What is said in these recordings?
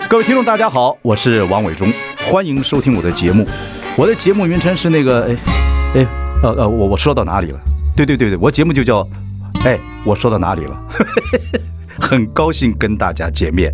各位听众，大家好，我是王伟忠，欢迎收听我的节目。我的节目名称是那个，我说到哪里了？对，我节目就叫，我说到哪里了？很高兴跟大家见面。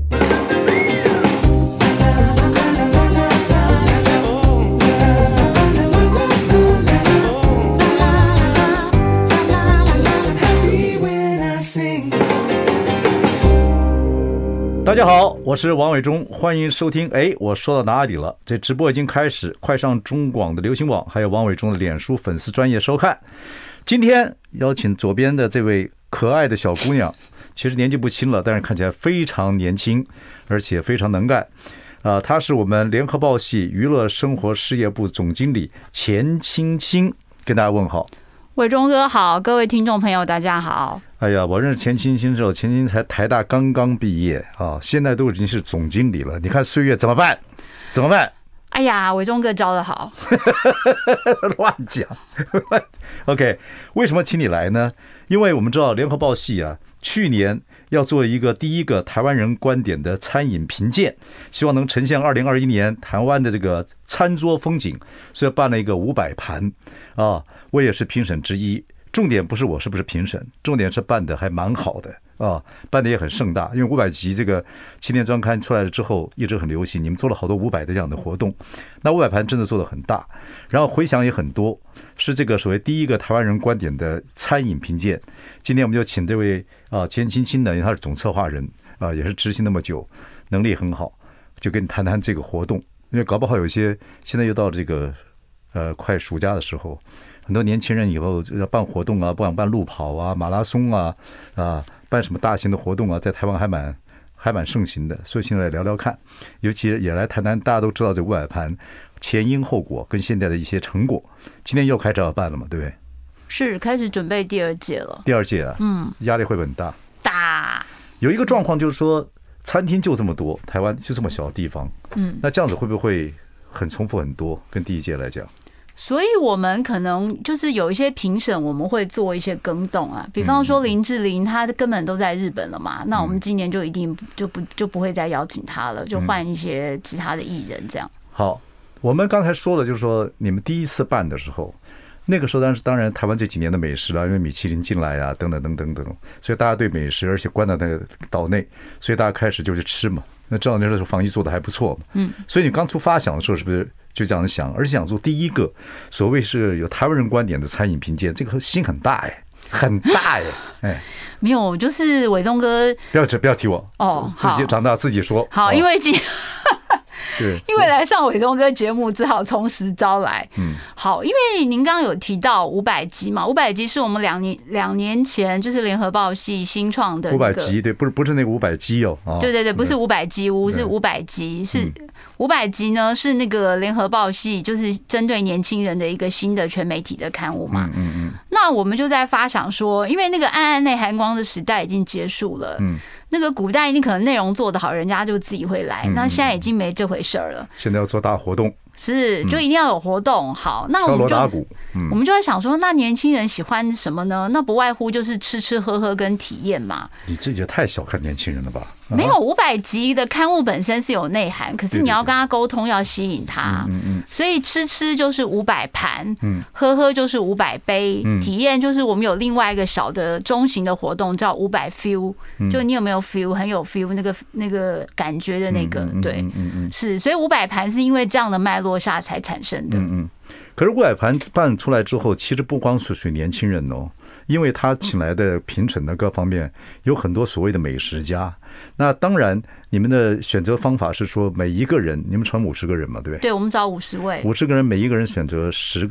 大家好，我是王伟忠，欢迎收听。我说到哪里了？这直播已经开始，快上中广的流行网，还有王伟忠的脸书粉丝专页收看。今天邀请左边的这位可爱的小姑娘，其实年纪不轻了，但是看起来非常年轻，而且非常能干。她是我们联合报系娱乐生活事业部总经理钱青青，跟大家问好。 伟忠哥好，各位听众朋友大家好。 哎呀，我认识钱青青之后，钱青青才台大刚刚毕业啊，现在都已经是总经理了。你看岁月怎么办？怎么办？ 哎呀，伟忠哥教得好。 乱讲。OK， 为什么请你来呢？因为我们知道联合报系啊，去年要做一个第一个台湾人观点的餐饮评鉴，希望能呈现2021年台湾的这个餐桌风景，所以办了一个500盘啊，我也是评审之一。重点不是我是不是评审，重点是办的还蛮好的啊，办的也很盛大。因为500集这个青年专刊出来了之后，一直很流行，你们做了好多500的这样的活动，那500盘真的做得很大，然后回响也很多，是这个所谓第一个台湾人观点的餐饮评鉴。今天我们就请这位钱青青呢，因为他是总策划人也是执行那么久，能力很好，就跟你谈谈这个活动。因为搞不好有些现在又到了这个快暑假的时候。很多年轻人以后要办活动啊，不管办路跑啊、马拉松啊，办什么大型的活动啊，在台湾还蛮盛行的。所以现在来聊聊看，尤其也来谈谈大家都知道这500盘前因后果跟现在的一些成果。今天又开始要办了嘛，对不对？ 是开始准备第2届了。 第2届啊，压力会不会很大？ 大。 有一个状况就是说，餐厅就这么多，台湾就这么小的地方，那这样子会不会很重复很多？跟第1届来讲？ 所以我们可能就是有一些评审，我们会做一些更动啊，比方说林志玲，她根本都在日本了嘛，那我们今年就一定就不会再邀请她了，就换一些其他的艺人这样。 好，我们刚才说了，就是说你们第一次办的时候，那个时候当然台湾这几年的美食啦，因为米其林进来啊，等等，所以大家对美食，而且关到那个岛内，所以大家开始就去吃嘛。那正好那时候防疫做的还不错嘛，所以你刚出发想的时候，是不是就这样想？而且想做第一个所谓是有台湾人观点的餐饮评鉴，这个心很大很大没有，就是伟忠哥， 不要提我自己长大自己说好，因为因为来上伟忠哥节目，只好从实招来。好，因为您刚刚有提到500集嘛，500集是我们两年前就是联合报系新创的 500集，对，不是那个500集哦。 对，不是500集屋，是500集，是500集呢，是那个联合报系就是针对年轻人的一个新的全媒体的刊物嘛。那我们就在发想说，因为那个暗暗内含光的时代已经结束了。那个古代你可能内容做得好，人家就自己会来。那现在已经没这回事了。 现在要做大活动， 是就一定要有活动。好，那我们就在想说，那年轻人喜欢什么呢？那不外乎就是吃喝喝跟体验嘛。 你这也太小看年轻人了吧？ 没有500集的刊物本身是有内涵，可是你要跟他沟通，要吸引他。所以吃就是500盘，喝就是500杯，体验就是我们有另外一个小的中型的活动叫500 feel，就你有没有 feel， 很有 feel 那个感觉的那个，对，是，所以500盘是因为这样的脉络下才产生的。 可是500盘办出来之后，其实不光是属于年轻人哦，因为他请来的评审的各方面有很多所谓的美食家。那当然，你们的选择方法是说每一个人，你们成50个人嘛，对不对？ 对，我们找50位 ，50个人，每一个人选择10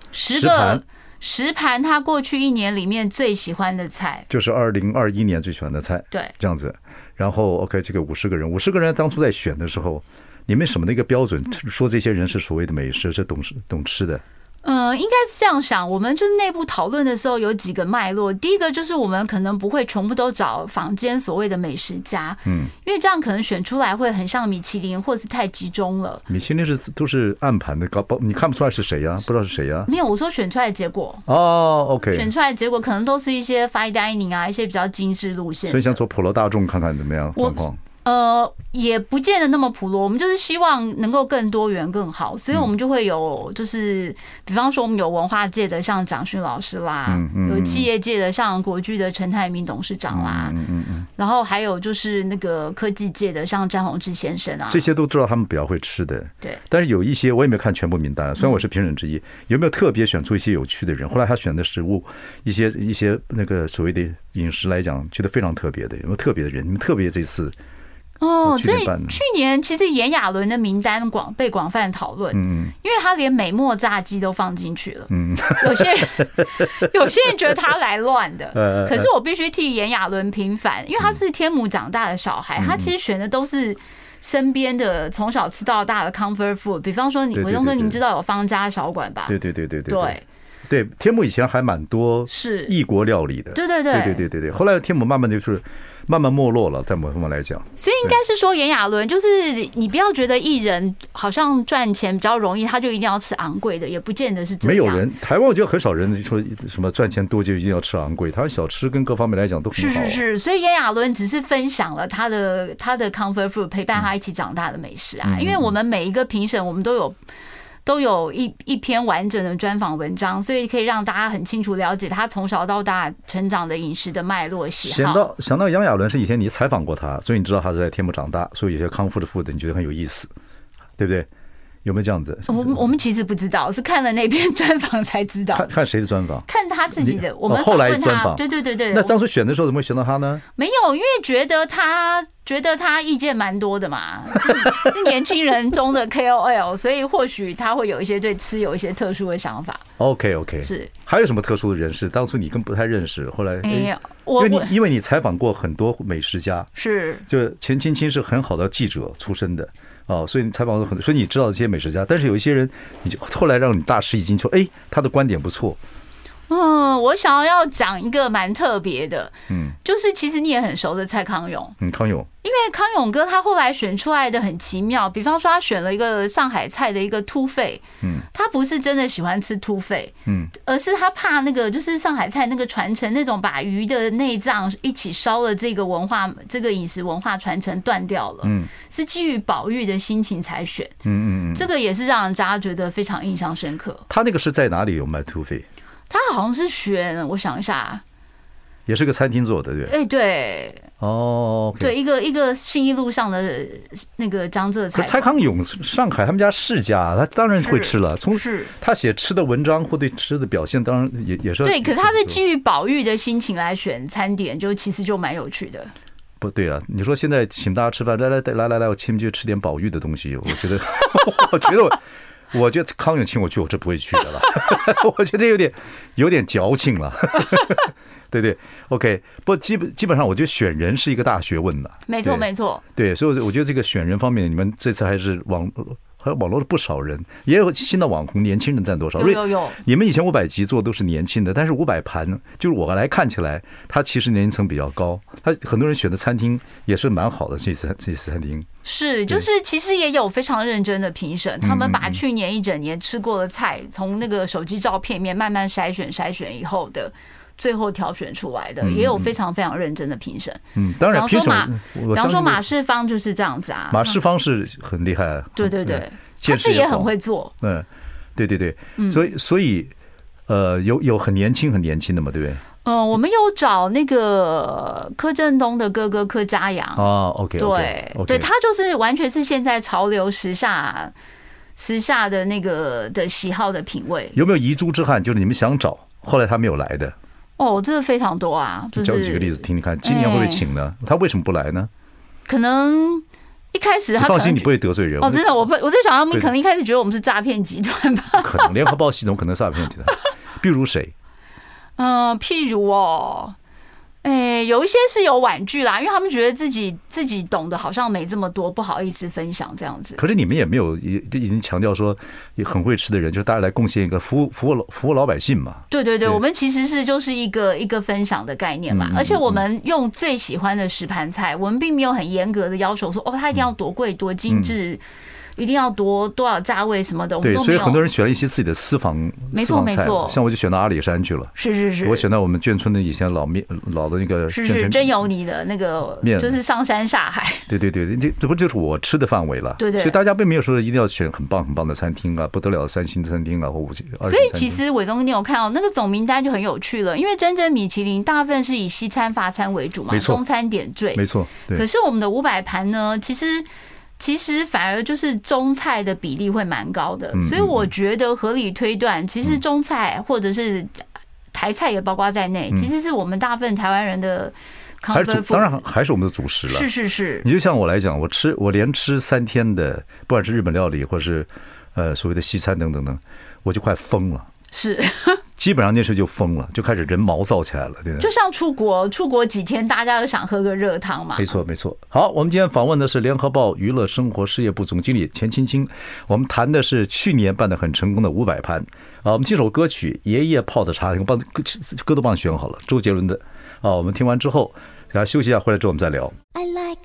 盘他过去1年里面最喜欢的菜， 就是2021年最喜欢的菜， 对， 这样子。然后 OK， 这个50个人当初在选的时候，你们什么的一个标准说这些人是所谓的美食，是懂吃的？ 应该是这样想，我们就是内部讨论的时候有几个脉络。第一个就是我们可能不会全部都找坊间所谓的美食家，因为这样可能选出来会很像米其林，或是太集中了。 米其林都是暗盘的，你看不出来是谁呀？不知道是谁呀？ 没有，我说选出来的结果。 哦 ，OK， 选出来的结果可能都是一些 fine dining 啊，一些比较精致路线。 所以想走普罗大众看看怎么样状况。 也不见得那么普罗，我们就是希望能够更多元更好，所以我们就会有就是比方说我们有文化界的像蒋勋老师啦，有企业界的像国巨的陈泰明董事长啦，然后还有就是那个科技界的像詹宏志先生啊， 这些都知道他们比较会吃的。 对， 但是有一些我也没有看全部名单，虽然我是评审之一，有没有特别选出一些有趣的人？后来他选的食物，一些那个所谓的饮食来讲，觉得非常特别的，有没有特别的人？你们特别这次？ 去年其实炎亚纶的名单被广泛讨论，因为他连美墨炸鸡都放进去了，有些人觉得他来乱的，可是我必须替炎亚纶平反，因为他是天母长大的小孩，他其实选的都是身边的从小吃到大的 comfort food， 比方说伟忠哥，您知道有方家小馆吧？ 对，天母以前还蛮多是异国料理的，对，后来天母慢慢就是慢慢没落了，在某方面来讲， 所以应该是说炎亚纶就是你不要觉得艺人好像赚钱比较容易，他就一定要吃昂贵的，也不见得是这样。 没有人，台湾我觉得很少人说什么赚钱多就一定要吃昂贵，台湾小吃跟各方面来讲都很好。 是，所以炎亚纶只是分享了他的 comfort food， 陪伴他一起长大的美食啊。因为我们每一个评审，我们都有一篇完整的专访文章，所以可以让大家很清楚了解他从小到大成长的饮食的脉络喜好。 想到炎亚纶是以前你采访过他，所以你知道他是在天母长大，所以有些康复的 food 你觉得很有意思，对不对？有没有这样子？ 我们其实不知道，是看了那篇专访才知道。 看谁的专访？ 看他自己的。我们后来专访。 对。 那当初选的时候怎么会选到他呢？ 没有，因为觉得他意见蛮多的嘛，是年轻人中的 KOL， 所以或许他会有一些对吃有一些特殊的想法。 OK， 是。 还有什么特殊的人士？当初你更不太认识，后来因为你采访过很多美食家， 是， 就钱青青是很好的记者出身的。所以你采访过很多，所以你知道这些美食家，但是有一些人，你就后来让你大吃一惊，说，他的观点不错。 我想要讲一个蛮特别的，就是其实你也很熟的蔡康永， 康永， 因为康永哥他后来选出来的很奇妙，比方说他选了一个上海菜的一个突肺，他不是真的喜欢吃突肺，而是他怕那个就是上海菜那个传承那种把鱼的内脏一起烧的这个文化，这个饮食文化传承断掉了，是基于保育的心情才选，这个也是让人家觉得非常印象深刻。 他那个是在哪里有卖突肺？ 他好像是选，我想一下， 也是个餐厅做的，对不对？ 对。对，一个信义路上的那个江浙菜。 蔡康永上海他们家世家，他当然会吃了。从他写吃的文章或对吃的表现，当然也是对。可是他是基于保育的心情来选餐点，就其实就蛮有趣的。 不对啊！你说现在请大家吃饭，来，我请你去吃点保育的东西。我觉得康永请我去，我是不会去的了。我觉得有点矫情了。对 ，OK， 不基本上，我觉得选人是一个大学问的。 没错。 对，所以我觉得这个选人方面，你们这次还是网络的不少人，也有新的网红，年轻人占多少？ 有。 你们以前500集做都是年轻的，但是500盘就是我来看起来，它其实年龄层比较高。他很多人选的餐厅也是蛮好的，这次餐厅是就是其实也有非常认真的评审，他们把去年一整年吃过的菜，从那个手机照片面慢慢筛选以后的。最后挑选出来的，也有非常非常认真的评审。 当然，评审， 比方说马世芳就是这样子啊。 马世芳是很厉害， 对，他自己也很会做。 对，所以有很年轻的嘛，对不对？ 我们有找那个柯震东的哥哥柯佳阳。 OK， 对，他就是完全是现在潮流时下的那个的喜好的品味。有没有遗珠之憾？就是你们想找，后来他没有来的。 这个非常多啊，就是讲几个例子听听看。今年会不会请呢？他为什么不来呢？ 可能一开始他放心，你不会得罪人。 真的，我在想他们可能一开始觉得我们是诈骗集团吧？ 可能联合报系统可能是诈骗集团。比如谁？ 譬如有一些是有婉拒啦，因为他们觉得自己懂得好像没这么多，不好意思分享这样子。 可是你们也没有已经强调说，也很会吃的人，就是大家来贡献一个服务老百姓嘛。 对，我们其实就是一个分享的概念嘛。而且我们用最喜欢的10盘菜，我们并没有很严格的要求说，它一定要多贵多精致。 一定要多少价位什么的，我们对， 都没有。 所以很多人选了一些自己的私房， 没错没错。 像我就选到阿里山去了， 是， 我选到我们眷村的以前老的那个是真有你的那个面，就是上山下海。 对，这不就是我吃的范围了？ 对， 所以大家并没有说一定要选很棒的餐厅啊，不得了的3星餐厅啊，或5星。 所以其实伟东，你有看到那个总名单就很有趣了，因为真正米其林大部分是以西餐法餐为主嘛，中餐点缀， 没错。 可是我们的500盘呢，其实反而就是中菜的比例会蛮高的，所以我觉得合理推断，其实中菜或者是台菜也包括在内，其实是我们大部分台湾人的。 当然还是我们的主食了。 是。 你就像我来讲，我连吃3天的，不管是日本料理或是所谓的西餐等等，我就快疯了。 是。 基本上那时候就疯了，就开始人毛躁起来了，对不对？ 就像出国几天，大家都想喝个热汤嘛。 没错。好，我们今天访问的是联合报娱乐生活事业部总经理钱青青，我们谈的是去年办得很成功的500盘啊。我们这首歌曲《爷爷泡的茶》，歌都帮你选好了，周杰伦的啊。我们听完之后，大家休息一下，回来之后我们再聊。I like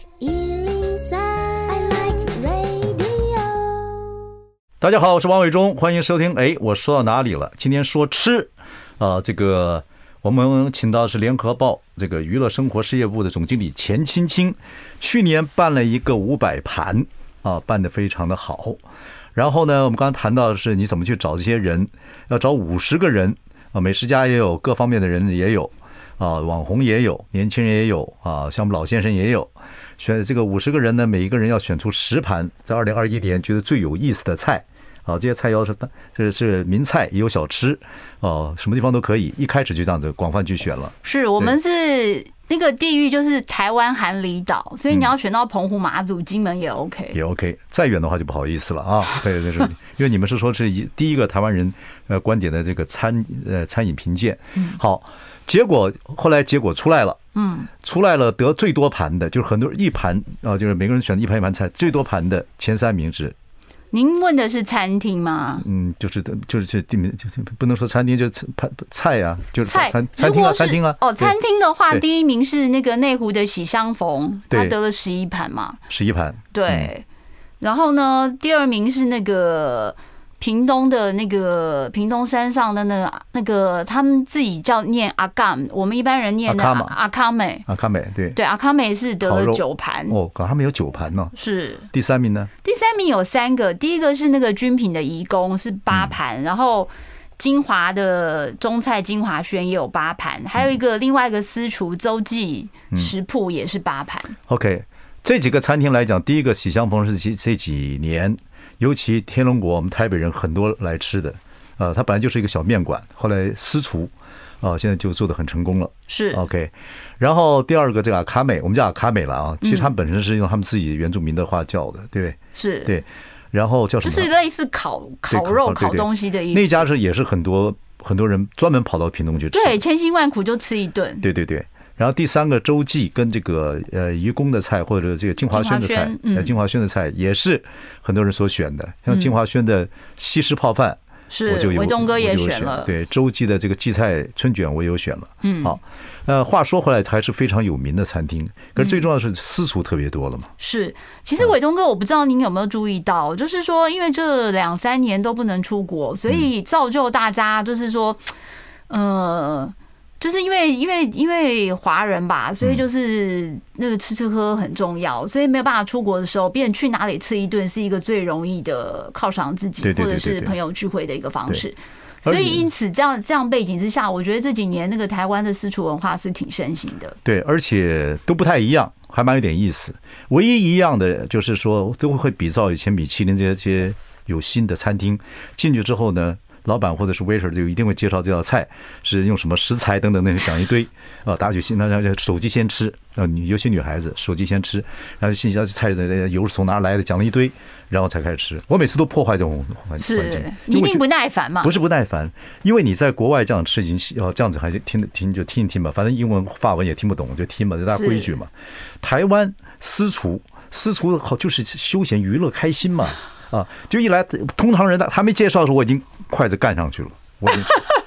103, I like radio。大家好，我是王伟忠，欢迎收听。我说到哪里了？今天说吃啊，这个我们请到是联合报这个娱乐生活事业部的总经理钱青青，去年办了一个500盘啊，办得非常的好。然后呢，我们刚才谈到的是你怎么去找这些人，要找50个人啊，美食家也有，各方面的人也有啊，网红也有，年轻人也有啊，像我们老先生也有。选这个50个人呢，每一个人要选出10盘，在2021年觉得最有意思的菜。这些菜肴是名菜，也有小吃，什么地方都可以。一开始就这样子广泛去选了。是我们是那个地域就是台湾含离岛，所以你要选到澎湖、马祖、金门也 OK， 也 OK。再远的话就不好意思了啊。对，因为你们是说是第一个台湾人观点的这个餐饮评鉴。好，后来结果出来了。出来了，得最多盘的就是很多一盘啊，就是每个人选一盘菜，最多盘的前3名是。 您问的是餐厅吗？ 就是不能说餐厅，就是菜啊，就是餐厅啊。 餐厅的话，第1名是那个内湖的喜相逢，他得了11盘嘛。11 盘。 对。然后呢，第2名是那个屏东的那个屏东山上的那个他们自己念阿甘，我们一般人念的阿卡美。阿卡美，对，阿卡美是得了9盘。 他们有9盘呢。 是。 第3名呢？ 第3名有3个，第一个是那个军品的移工是8盘，然后金华的中菜金华轩也有8盘，还有另外一个私厨周记食铺也是8盘。OK， 这几个餐厅来讲，第一个喜相逢是这几年。尤其天龙国，我们台北人很多来吃的，它本来就是一个小面馆，后来私厨，现在就做得很成功了。 是 OK， 然后第2个这个阿卡美，我们叫阿卡美了啊，其实他们本身是用他们自己原住民的话叫的，对不对？ 是， 对。然后叫什么？ 就是类似烤肉、烤东西的意思。 那家也是很多人专门跑到屏东去吃， 对，千辛万苦就吃一顿。 对。然后第3个周记跟这个移工的菜或者这个金华轩的菜，金华轩的菜也是很多人所选的，像金华轩的西式泡饭， 是伟忠哥也选了， 对，周记的这个荠菜春卷我也有选了。好，话说回来，还是非常有名的餐厅，可是最重要的是私厨特别多了嘛。 是，其实伟忠哥，我不知道您有没有注意到，就是说，因为这2-3年都不能出国，所以造就大家就是说，就是因为华人吧，所以就是那个吃喝很重要，所以没有办法出国的时候，别人去哪里吃一顿是一个最容易的犒赏自己或者是朋友聚会的一个方式。所以因此这样背景之下，我觉得这几年那个台湾的私厨文化是挺盛行的。 对，而且都不太一样，还蛮有点意思。唯一一样的就是说，都会比照以前米其林这些有新的餐厅进去之后呢，老板或者是 waiter 就一定会介绍这道菜是用什么食材等等，那个讲一堆啊，大家就手机先吃啊，尤其女孩子手机先吃，然后信息菜的油是从哪来的，讲了一堆，然后才开始吃。我每次都破坏这种环境， 你一定不耐烦嘛？ 不是不耐烦，因为你在国外这样吃已经这样子还听一听吧，反正英文法文也听不懂就听嘛，这大规矩嘛。台湾私厨好就是休闲娱乐开心嘛。就一来，通常人他还没介绍的时候，我已经筷子干上去了，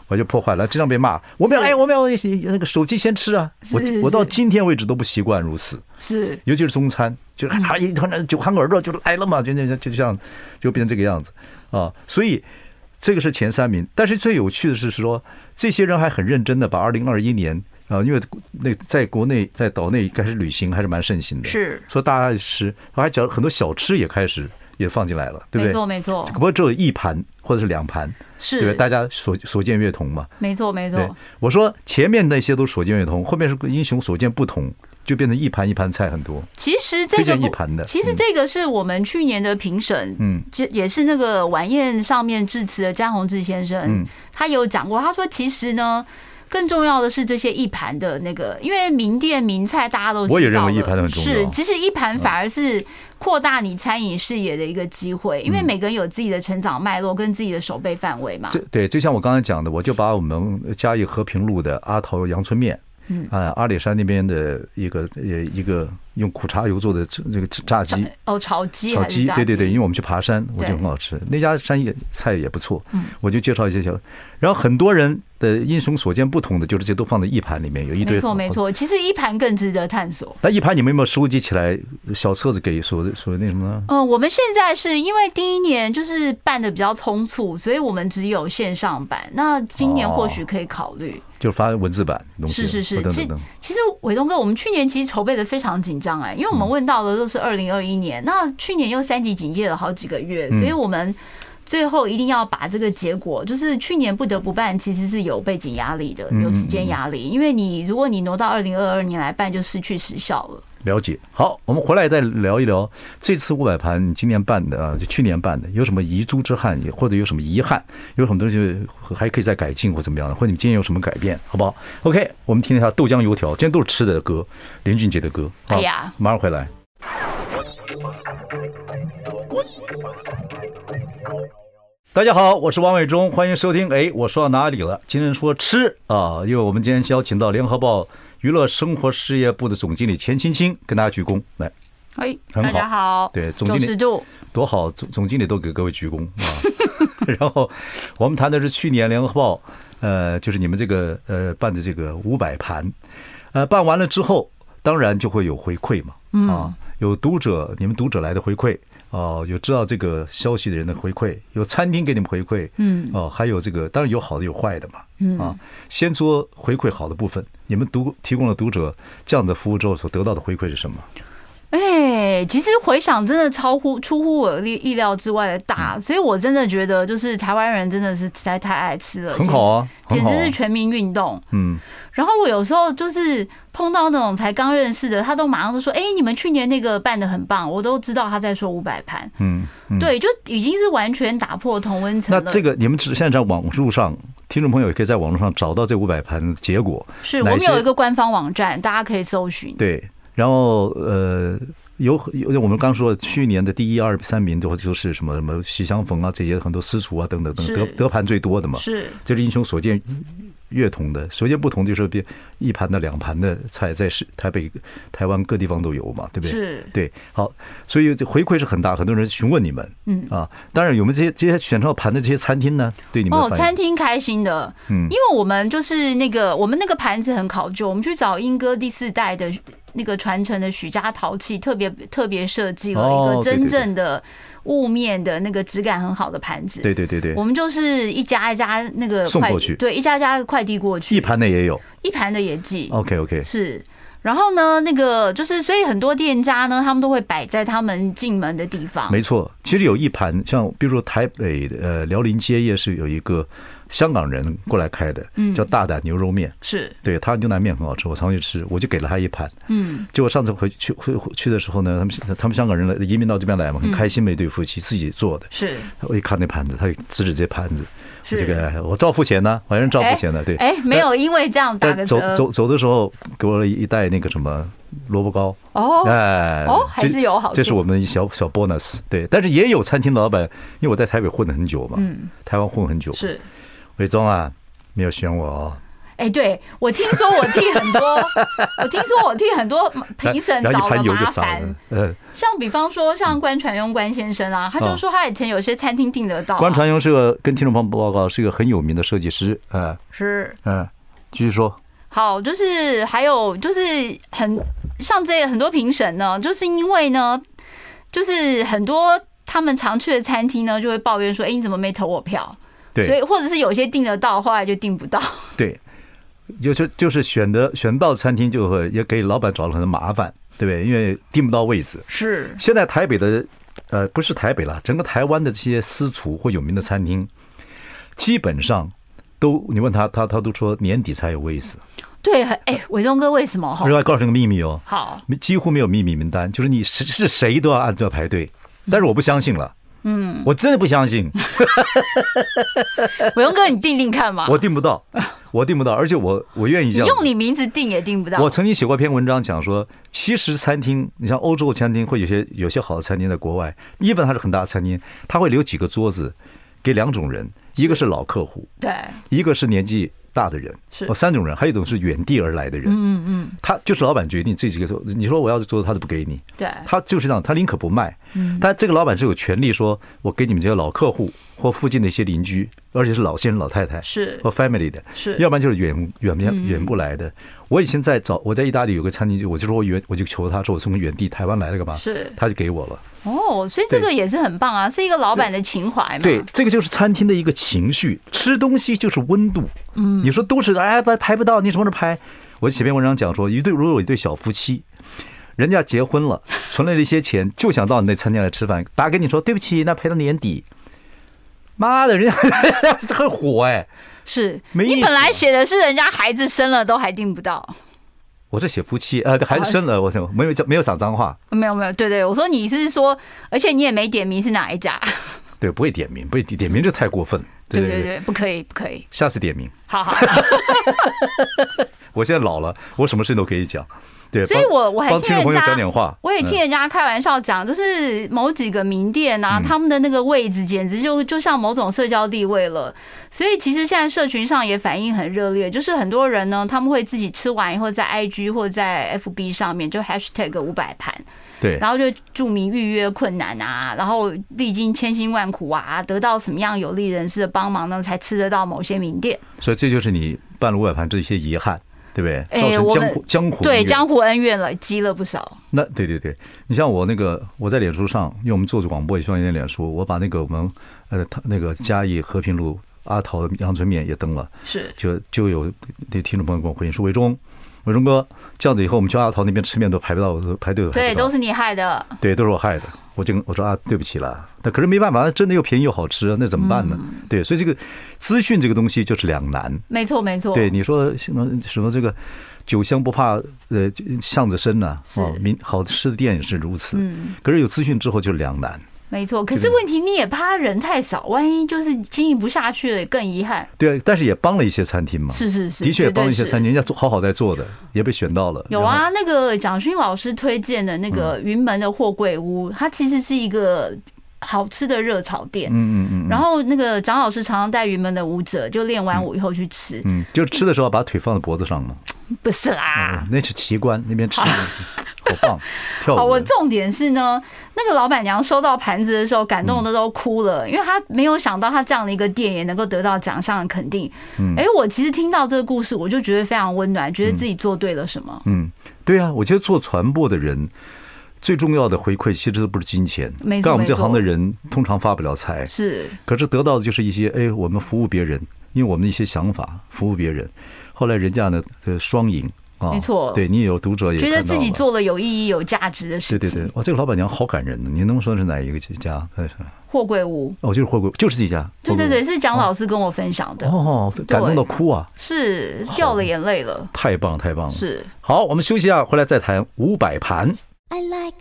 我就破坏了，经常被骂。我们要那个手机先吃啊！我到今天为止都不习惯如此， 是， 尤其是中餐，就是一突然酒酣耳热就来了嘛，就像就变成这个样子啊！所以这个是前3名，但是最有趣的是说，这些人还很认真的把2021年。因为在国内在岛内开始旅行还是蛮盛行的， 是说大家吃，还讲很多小吃也开始也放进来了，对不对？ 没错。 不过只有1盘或者是2盘， 是， 对不对？大家所见略同嘛。 没错。 我说前面那些都所见略同，后面是英雄所见不同，就变成1盘1盘菜很多。 其实这个推荐1盘的， 其实这个是我们去年的评审，这也是那个晚宴上面致辞的詹宏志先生，他有讲过，他说其实呢。更重要的是这些1盘的那个，因为名店名菜大家都知道， 我也认为1盘很重要。 是，其实1盘反而是扩大你餐饮视野的一个机会，因为每个人有自己的成长脉络跟自己的守备范围嘛。 对，就像我刚才讲的，我就把我们嘉义和平路的阿桃阳春面，阿里山那边的一个用苦茶油做的这个炸鸡， 炒鸡， 对，因为我们去爬山，我觉得很好吃，那家山菜也不错，我就介绍一些然后很多人的英雄所见不同的，就是这些都放在1盘里面，有一堆。 没错，其实1盘更值得探索。 那1盘你们有没有收集起来小册子给所谓那什么呢？ 我们现在是因为第一年就是办的比较匆促，所以我们只有线上版。那今年或许可以考虑。 就发文字版东西。 是。其实伟东哥，我们去年其实筹备的非常紧张因为我们问到的都是2021年，那去年又3级警戒了好几个月，所以我们最后一定要把这个结果，就是去年不得不办，其实是有背景压力的，有时间压力，因为如果你挪到2022年来办，就失去时效了。 了解。好，我们回来再聊一聊这次500盘，你今年办的就去年办的，有什么遗珠之憾，或者有什么遗憾，有什么东西还可以再改进或怎么样的，或者你今天有什么改变，好不好 ？OK， 我们听一下豆浆油条，今天都是吃的歌，林俊杰的歌。 哎呀， 马上回来。大家好，我是王伟忠，欢迎收听。我说到哪里了？今天说吃啊，因为我们今天邀请到联合报娱乐生活事业部的总经理钱青青跟大家鞠躬来。 大家好， 对，总经理多好，总经理都给各位鞠躬啊。然后我们谈的是去年联合报就是你们这个办的这个500盘，办完了之后，当然就会有回馈嘛，有读者，你们读者来的回馈。有知道这个消息的人的回馈，有餐厅给你们回馈，还有这个当然有好的有坏的嘛，先说回馈好的部分，你们提供了读者这样的服务之后所得到的回馈是什么？ 其实回响真的出乎我意料之外的大，所以我真的觉得就是台湾人真的是实在太爱吃了， 很好啊， 简直是全民运动。然后我有时候就是碰到那种才刚认识的，他都马上都说：“你们去年那个办得很棒。”我都知道他在说500盘。对，就已经是完全打破同温层了。 那这个你们现在在网络上，听众朋友也可以在网络上找到这500盘的结果。 是我们有一个官方网站，大家可以搜寻。 对，然后有我们刚说去年的第1、2、3名都是什么喜相逢啊，这些很多私厨啊等等得盘最多的嘛。 是， 这是英雄所见略同的，所见不同就是1盘的2盘的菜在台北、台湾各地方都有嘛，对不对？是，对，好，所以回馈是很大，很多人询问你们，当然有没有这些选到盘的这些餐厅呢？对你们餐厅开心的，因为我们就是我们那个盘子很考究，我们去找英歌第4代的那个传承的许家陶器，特别设计了一个真正的雾面的那个质感很好的盘子。 对， 我们就是一家一家那个送过去， 对，一家家快递过去， 一盘的也有， 一盘的也寄。 OK， 是。然后呢，就是所以很多店家呢，他们都会摆在他们进门的地方。 没错，其实有一盘，像比如说台北辽宁街业是有一个香港人过来开的，叫大胆牛肉面， 是对他牛腩面很好吃，我常去吃，我就给了他1盘。结果上次回去的时候呢，他们香港人移民到这边来嘛，很开心的一对夫妻自己做的。是，我一看那盘子，他指这盘子。这个我照付钱呢，好像照付钱的，对。 没有因为这样打个折。 走的时候给我了一袋那个什么萝卜糕。 还是有好处。 这是我们小 bonus， 对。但是也有餐厅老板，因为我在台北混了很久嘛，台湾混很久。是，伟忠啊，没有选我哦。 哎，对，我听说我替很多评审找了麻烦。像比方说像关传庸关先生啊，他就说他以前有些餐厅订得到。 关传庸是个跟听众朋友报告，是一个很有名的设计师。 是。 继续说。好， 就是还有就是像这很多评审呢，就是因为呢，就是很多他们常去的餐厅呢，就会抱怨说，哎，你怎么没投我票？对，所以或者是有些订得到，后来就订不到。对。就是选到的餐厅，就会也给老板找了很多麻烦，对不对？因为订不到位置。是。现在台北的不是台北了，整个台湾的这些私厨或有名的餐厅，基本上都你问他都说年底才有位置。对，哎，伟忠哥为什么？我要告诉你个秘密哦。好。几乎没有秘密名单，就是你是谁都要按照排队，但是我不相信了。我真的不相信。伟忠哥，你订看嘛？我订不到，而且我愿意这样。你用你名字订也订不到。我曾经写过一篇文章，讲说，其实餐厅，你像欧洲的餐厅，会有些好的餐厅在国外，even它是很大的餐厅，它会留几个桌子给两种人，一个是老客户，对，一个是年纪大的人，三种人，还有一种是远地而来的人。他就是老板决定这几个桌，你说我要桌子，他都不给你。对，他就是这样，他宁可不卖。但这个老板是有权利说，我给你们这些老客户或附近的一些邻居，而且是老先生老太太，是或 family 的，是，要不然就是远不来的。我以前我在意大利有个餐厅，我就说我就求他说我从远地台湾来了干嘛？是，他就给我了。哦，所以这个也是很棒啊，是一个老板的情怀嘛。对，这个就是餐厅的一个情绪，吃东西就是温度。你说都是排不到，你什么时候排？我写篇文章讲说，如果有一对小夫妻，人家结婚了，存了一些钱，就想到你那餐厅来吃饭，打给你说对不起，那排到年底。妈的，人家很火哎。是你本来写的是人家孩子生了都还订不到。我这写夫妻孩子生了，我没有讲脏话。没有，对，我说你是说，而且你也没点名是哪一家。对，不会点名，点名就太过分。对，不可以。下次点名。好。我现在老了，我什么事都可以讲。对，所以我还听人家讲点话，我也听人家开玩笑讲，就是某几个名店啊，他们的那个位置简直就像某种社交地位了。所以其实现在社群上也反应很热烈，就是很多人呢，他们会自己吃完以后在 IG 或者在 FB 上面就 #500盘。对，然后就注明预约困难啊，然后历经千辛万苦啊，得到什么样有利人士的帮忙呢，才吃得到某些名店。所以这就是你办了500盘这些遗憾，对不对？造成江湖恩怨了，积了不少。那对，你像我在脸书上，因为我们做广播也需要一点脸书，我把我们那个嘉义和平路阿桃的阳春面也登了，是就有那听众朋友跟我回应说，伟忠哥，这样子以后我们去阿桃那边吃面都排不到，排队。对，都是你害的。对，都是我害的。我说对不起了。那可是没办法，真的又便宜又好吃，那怎么办呢？对，所以这个资讯这个东西就是两难。没错。对，你说什么这个酒香不怕巷子深呐，好吃的店也是如此。可是有资讯之后就两难。没错，可是问题你也怕人太少，万一就是经营不下去了，更遗憾。对，但是也帮了一些餐厅嘛。是，的确也帮了一些餐厅，人家好在做的，也被选到了。有啊，那个蒋勋老师推荐的那个云门的货柜屋，它其实是一个好吃的热炒店。然后那个蒋老师常常带云门的舞者，就练完舞以后去吃。就吃的时候把腿放在脖子上嘛。不是啦，那是奇观，那边吃。好棒！好，我重点是呢，那个老板娘收到盘子的时候，感动的都哭了，因为她没有想到她这样的一个店也能够得到奖项的肯定。我其实听到这个故事，我就觉得非常温暖，觉得自己做对了什么。对啊，我觉得做传播的人最重要的回馈，其实都不是金钱。干我们这行的人通常发不了财，是，可是得到的就是一些我们服务别人，因为我们的一些想法服务别人，后来人家呢双赢。没错，对你有读者也觉得自己做了有意义、有价值的事情。对，哇，这个老板娘好感人的。你能说是哪一个家？货柜屋。就是货柜，就是这家。对，是蒋老师跟我分享的。感动到哭啊！是掉了眼泪了。太棒了！是。好，我们休息一下，回来再谈500盘。I like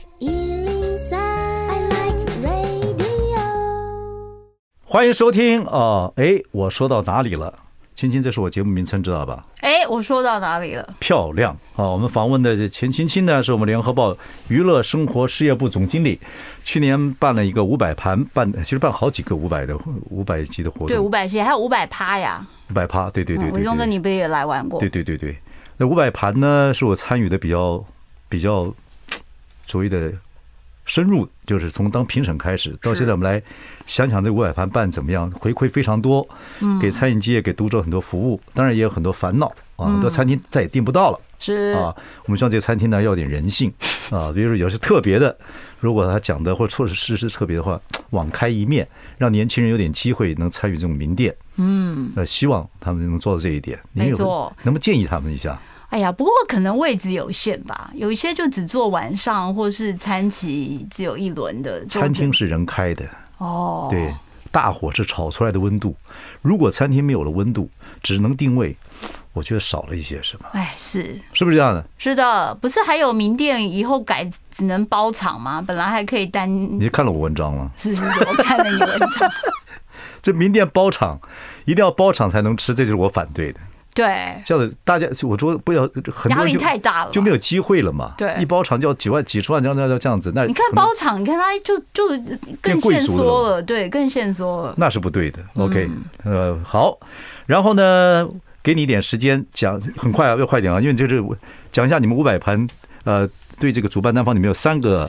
103, I like radio。欢迎收听我说到哪里了？ 青青，这是我节目名称，知道吧？ 哎，我说到哪里了？ 漂亮啊！我们访问的钱青青呢，是我们联合报娱乐生活事业部总经理，去年办了一个500盘，其实办好几个500集的活动， 对，500集还有500趴呀 ，500趴，对， 伟忠哥你不也来玩过？ 对，那500盘呢，是我参与的比较所谓的深入，就是从当评审开始到现在，我们来想想这500盘办怎么样，回馈非常多，给餐饮界给读者很多服务，当然也有很多烦恼啊，很多餐厅再也订不到了， 是啊， 我们希望这个餐厅呢要点人性啊，比如说有些特别的，如果他讲的或者措施是特别的话，网开一面，让年轻人有点机会能参与这种名店，希望他们能做到这一点， 没错， 能不能建议他们一下？ 哎呀，不过可能位置有限吧，有一些就只做晚上，或是餐期只有一轮的。 餐厅是人开的哦， 对，大火是炒出来的温度。如果餐厅没有了温度，只能定位，我觉得少了一些什么。 哎，是不是这样的？ 是的，不是还有名店以后改只能包场吗？本来还可以单。 你看了我文章了？ 是，我看了你文章。 这名店包场，一定要包场才能吃，这就是我反对的。 对， 这样子大家，我说不要很多人压力太大了， 就没有机会了嘛。 对， 一包场就要几十万，这样子，那你看包场，你看他就更限缩了，对，更限缩了， 那是不对的。OK，好，然后呢，给你一点时间讲，很快啊，要快点啊，因为就是讲一下你们500盘，对这个主办单方，你们有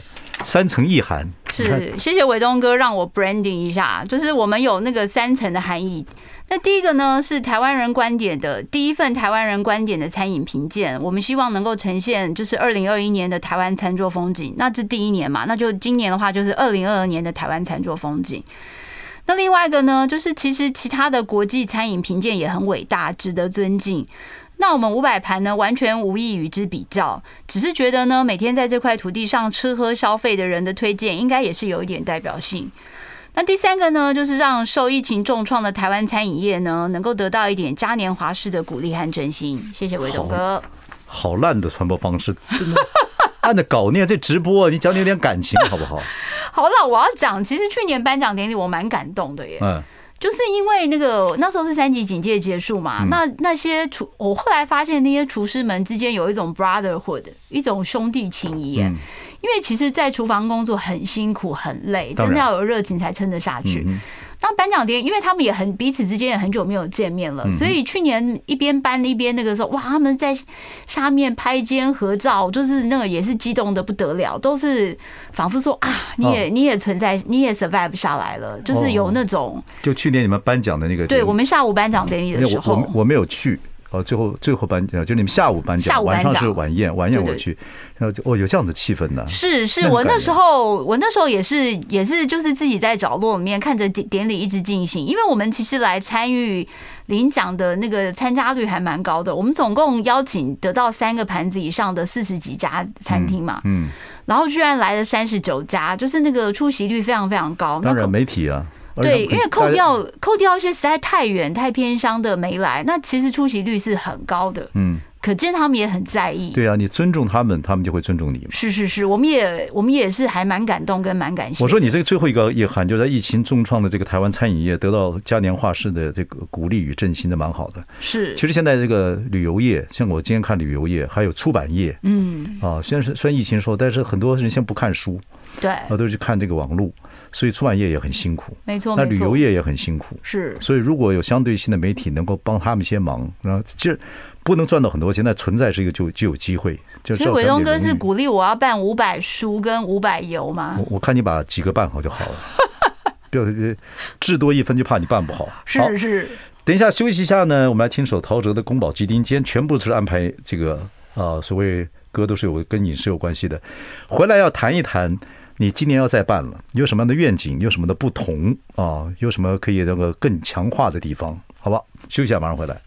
3层意涵。 是，谢谢伟东哥让我 branding 一下，就是我们有那个3层的含义。那第一个呢是台湾人观点的第一份台湾人观点的餐饮评鉴，我们希望能够呈现就是2021年的台湾餐桌风景，那这第一年嘛，那就今年的话就是2022年的台湾餐桌风景。那另外一个呢，就是其实其他的国际餐饮评鉴也很伟大，值得尊敬。那我们500盘呢，完全无意与之比较，只是觉得呢，每天在这块土地上吃喝消费的人的推荐，应该也是有一点代表性。那第三个呢，就是让受疫情重创的台湾餐饮业呢，能够得到一点嘉年华式的鼓励和振兴。谢谢伟东哥。 好烂的传播方式，按着稿念这直播，你讲有点感情好不好？ 好了，我要讲，其实去年颁奖典礼我蛮感动的耶。就是因为那时候是3级警戒结束嘛，那些我后来发现那些厨师们之间有一种 brotherhood， 一种兄弟情谊耶。因为其实，在厨房工作很辛苦、很累，真的要有热情才撑得下去。当颁奖典礼，因为他们也彼此之间也很久没有见面了，所以去年一边颁一边那个时候，哇，他们在下面拍肩合照，就是那个也是激动的不得了，都是仿佛说啊，你也存在，你也 survive 下来了，就是有那种。就去年你们颁奖的那个， 对我们下午颁奖典礼的时候， 我没有去。最后颁奖，就你们下午颁奖，晚上是晚宴我去，然后有这样的气氛呢。 是，我那时候也是就是自己在角落里面看着典礼一直进行，因为我们其实来参与领奖的那个参加率还蛮高的，我们总共邀请得到3个盘子以上的40几家餐厅嘛，然后居然来了39家，就是那个出席率非常非常高。 当然媒体啊。 对，因为扣掉一些实在太远太偏乡的没来，那其实出席率是很高的。可见他们也很在意。对啊，你尊重他们，他们就会尊重你。 是，我们也是还蛮感动跟蛮感谢。 我说你这个最后一个意涵，就在疫情重创的这个台湾餐饮业得到嘉年华式的这个鼓励与振兴的蛮好的。 是， 其实现在这个旅游业，像我今天看旅游业，还有出版业，现在是虽然疫情说，但是很多人先不看书， 对， 都去看这个网络。所以出版业也很辛苦， 没错。 那旅游业也很辛苦， 是。 所以如果有相对性的媒体能够帮他们一些忙，然后其实不能赚到很多钱，但存在是一个就有机会。 所以伟东哥是鼓励我要办500书跟500游吗？ 我看你把几个办好就好了，不要智多一分就怕你办不好。 是。 等一下休息一下呢，我们来听首陶喆的《宫保鸡丁》，今天全部是安排这个所谓歌都是跟饮食有关系的，回来要谈一谈。你今年要再办了，有什么样的愿景？有什么的不同啊？有什么可以那个更强化的地方？好吧，休息一下，马上回来。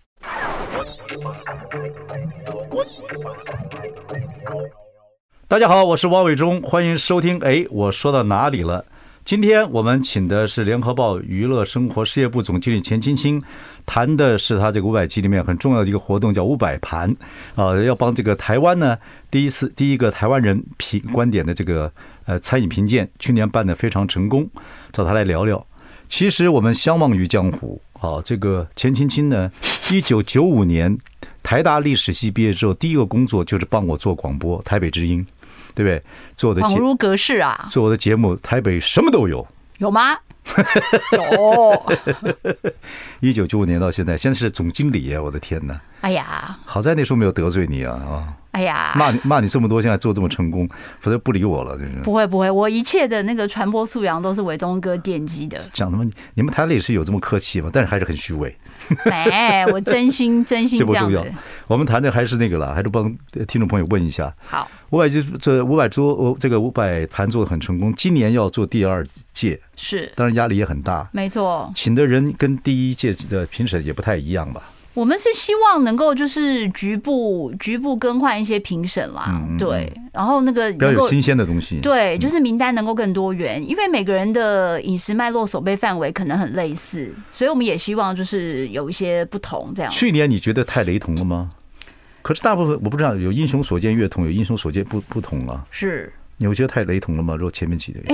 大家好，我是汪伟忠，欢迎收听。我说到哪里了？今天我们请的是联合报娱乐生活事业部总经理钱青青，谈的是他这个500集里面很重要的一个活动，叫500盘要帮这个台湾呢第一个台湾人观点的这个餐饮评鉴，去年办得非常成功，找他来聊聊。其实我们相忘于江湖好，这个钱青青呢，1995年台大历史系毕业之后，第一个工作就是帮我做广播，台北之音，对不对？做我的恍如隔世啊！ 做我的节目，台北什么都有， 有吗？有。 1995年到现在是总经理耶！我的天哪！ 哎呀， 好在那时候没有得罪你啊！ 哎呀， 骂你这么多，现在做这么成功，否则不理我了，真是。 不会，我一切的那个传播素养都是伟忠哥奠基的。 讲他们，你们台里是有这么客气吗？但是还是很虚伪。 没，我真心这样的。 我们谈的还是那个啦，还是帮听众朋友问一下。 好 ，500盘做的很成功，今年要做第2届， 是， 当然压力也很大。 没错， 请的人跟第1届的评审也不太一样吧？ 我们是希望能够就是局部更换一些评审啦，对，然后那个比较有新鲜的东西， 对，就是名单能够更多元，因为每个人的饮食脉络、守备范围可能很类似，所以我们也希望就是有一些不同这样。 去年你觉得太雷同了吗？可是大部分我不知道，有英雄所见略同，有英雄所见不同啊。 是， 你会觉得太雷同了吗？如果前面几个，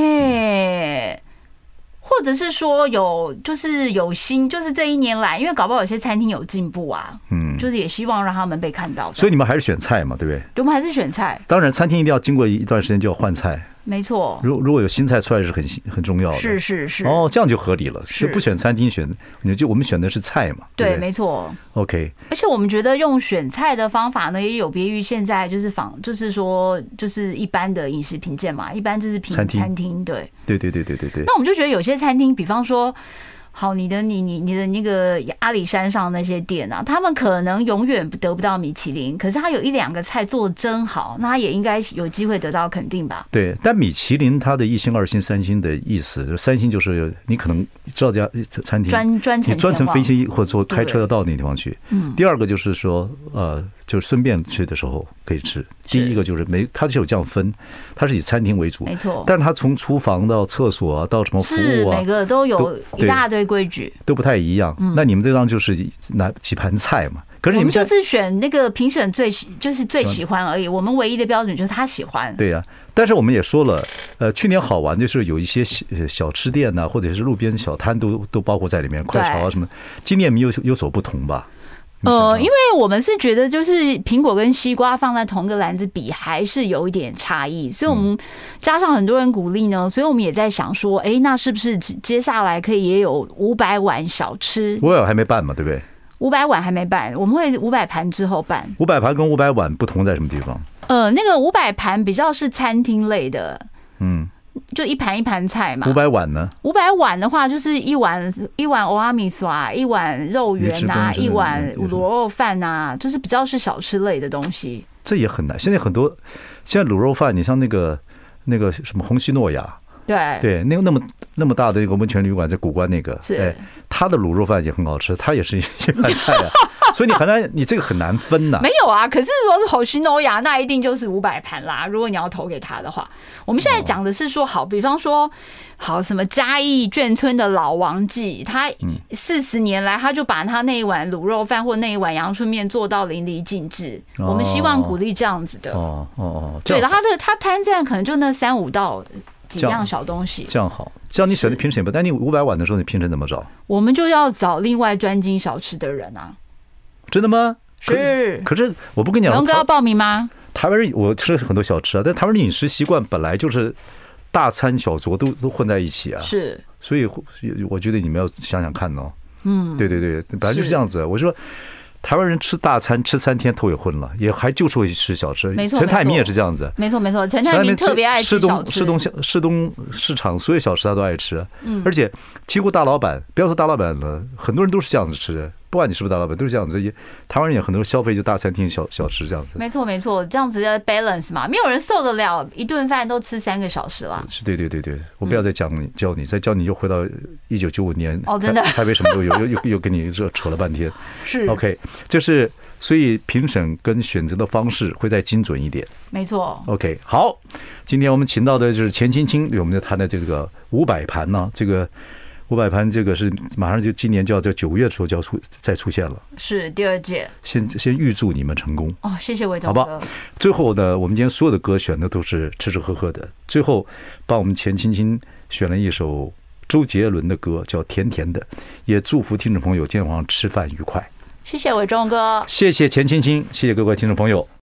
或者是说就是有心，就是这1年来，因为搞不好有些餐厅有进步啊，就是也希望让他们被看到。 所以你们还是选菜嘛，对不对？ 我们还是选菜。当然，餐厅一定要经过一段时间就要换菜。 没错， 如果有新菜出来是很重要的， 是哦，这样就合理了。是不选餐厅我们选的是菜嘛？ 对，没错。 OK， 而且我们觉得用选菜的方法呢，也有别于现在就是就是一般的饮食评鉴嘛，一般就是评餐厅，对。那我们就觉得有些餐厅，比方说。好，你的那个阿里山上那些店啊，他们可能永远得不到米其林，可是他有1-2个菜做得真好，那他也应该有机会得到肯定吧？对， 但米其林它的1星、2星、3星的意思，3星就是你可能知道这家餐厅你专程飞机或者说开车要到那个地方去。第2个就是说就是顺便去的时候可以吃。第1个就是它就有这样分，它是以餐厅为主， 没错。 但是它从厨房到厕所啊，到什么服务啊， 每个都有一大堆规矩， 都不太一样。那你们这张就是拿几盘菜嘛？可是你们就是选那个评审最喜欢而已。我们唯一的标准就是他喜欢。 对呀，但是我们也说了，去年好玩就是有一些小吃店呐，或者是路边小摊都包括在里面，快炒啊什么。今年有所不同吧？ 因为我们是觉得，就是苹果跟西瓜放在同个篮子比，还是有一点差异，所以我们加上很多人鼓励呢，所以我们也在想说，那是不是接下来可以也有500碗小吃 ？500碗还没办嘛，对不对 ？500碗还没办，我们会500盘之后办。500 盘跟500碗不同在什么地方？ 那个500盘比较是餐厅类的，就一盘一盘菜嘛。 500碗呢 ？500碗的话，就是一碗欧阿米刷，一碗肉圆啊，一碗卤肉饭啊，就是比较是小吃类的东西。 这也很难。现在卤肉饭，你像那个什么红西诺亚，对，那么大的一个温泉旅馆在古关那个，他的卤肉饭也很好吃，他也是一盘菜啊。所以你这个很难分呐。 没有啊，可是如果是红西诺亚，那一定就是500盘啦。如果你要投给他的话，我们现在讲的是说，好，比方说，好什么嘉义眷村的老王记，他40年来，他就把他那一碗卤肉饭或那一碗阳春面做到淋漓尽致。我们希望鼓励这样子的。对，然后他摊这样可能就那3-5道几样小东西， 这样好。这样你选的评审不？但你500碗的时候，你评审怎么找？ 我们就要找另外专精小吃的人啊。 真的吗？ 是。 可是我不跟你讲， 龙哥要报名吗？ 台湾人我吃了很多小吃啊，但台湾人饮食习惯本来就是大餐小酌都混在一起啊。 是。 所以我觉得你们要想想看哦。对，本来就是这样子。我说台湾人吃大餐吃3天头也昏了，也还就是会去吃小吃。 没错， 陈泰明也是这样子。 没错，陈泰明特别爱吃小吃。 市东市场所有小吃他都爱吃，而且几乎大老板，不要说大老板了，很多人都是这样子吃的。不管你是不是大老板，都是这样子。台湾人也很多消费就大餐厅小吃这样子。 没错，这样子的 balance 嘛，没有人受得了一顿饭都吃3个小时了。 是，对，我不要再教你，再教你又回到1995年。 真的， 台北什么都有，又跟你扯了半天。 是 OK， 就是所以评审跟选择的方式会再精准一点。 没错。 OK， 好，今天我们请到的就是钱青青，我们就谈的这个500盘呢，这个。500盘这个是马上就今年就要在9月的时候就要再出现了， 是第2届。先预祝你们成功哦，谢谢伟忠哥。 好吧，最后呢，我们今天所有的歌选的都是吃吃喝喝的，最后帮我们钱青青选了一首《 周杰伦的歌，叫《甜甜的》。也祝福听众朋友今天晚上吃饭愉快。 谢谢伟忠哥， 谢谢钱青青，谢谢各位听众朋友。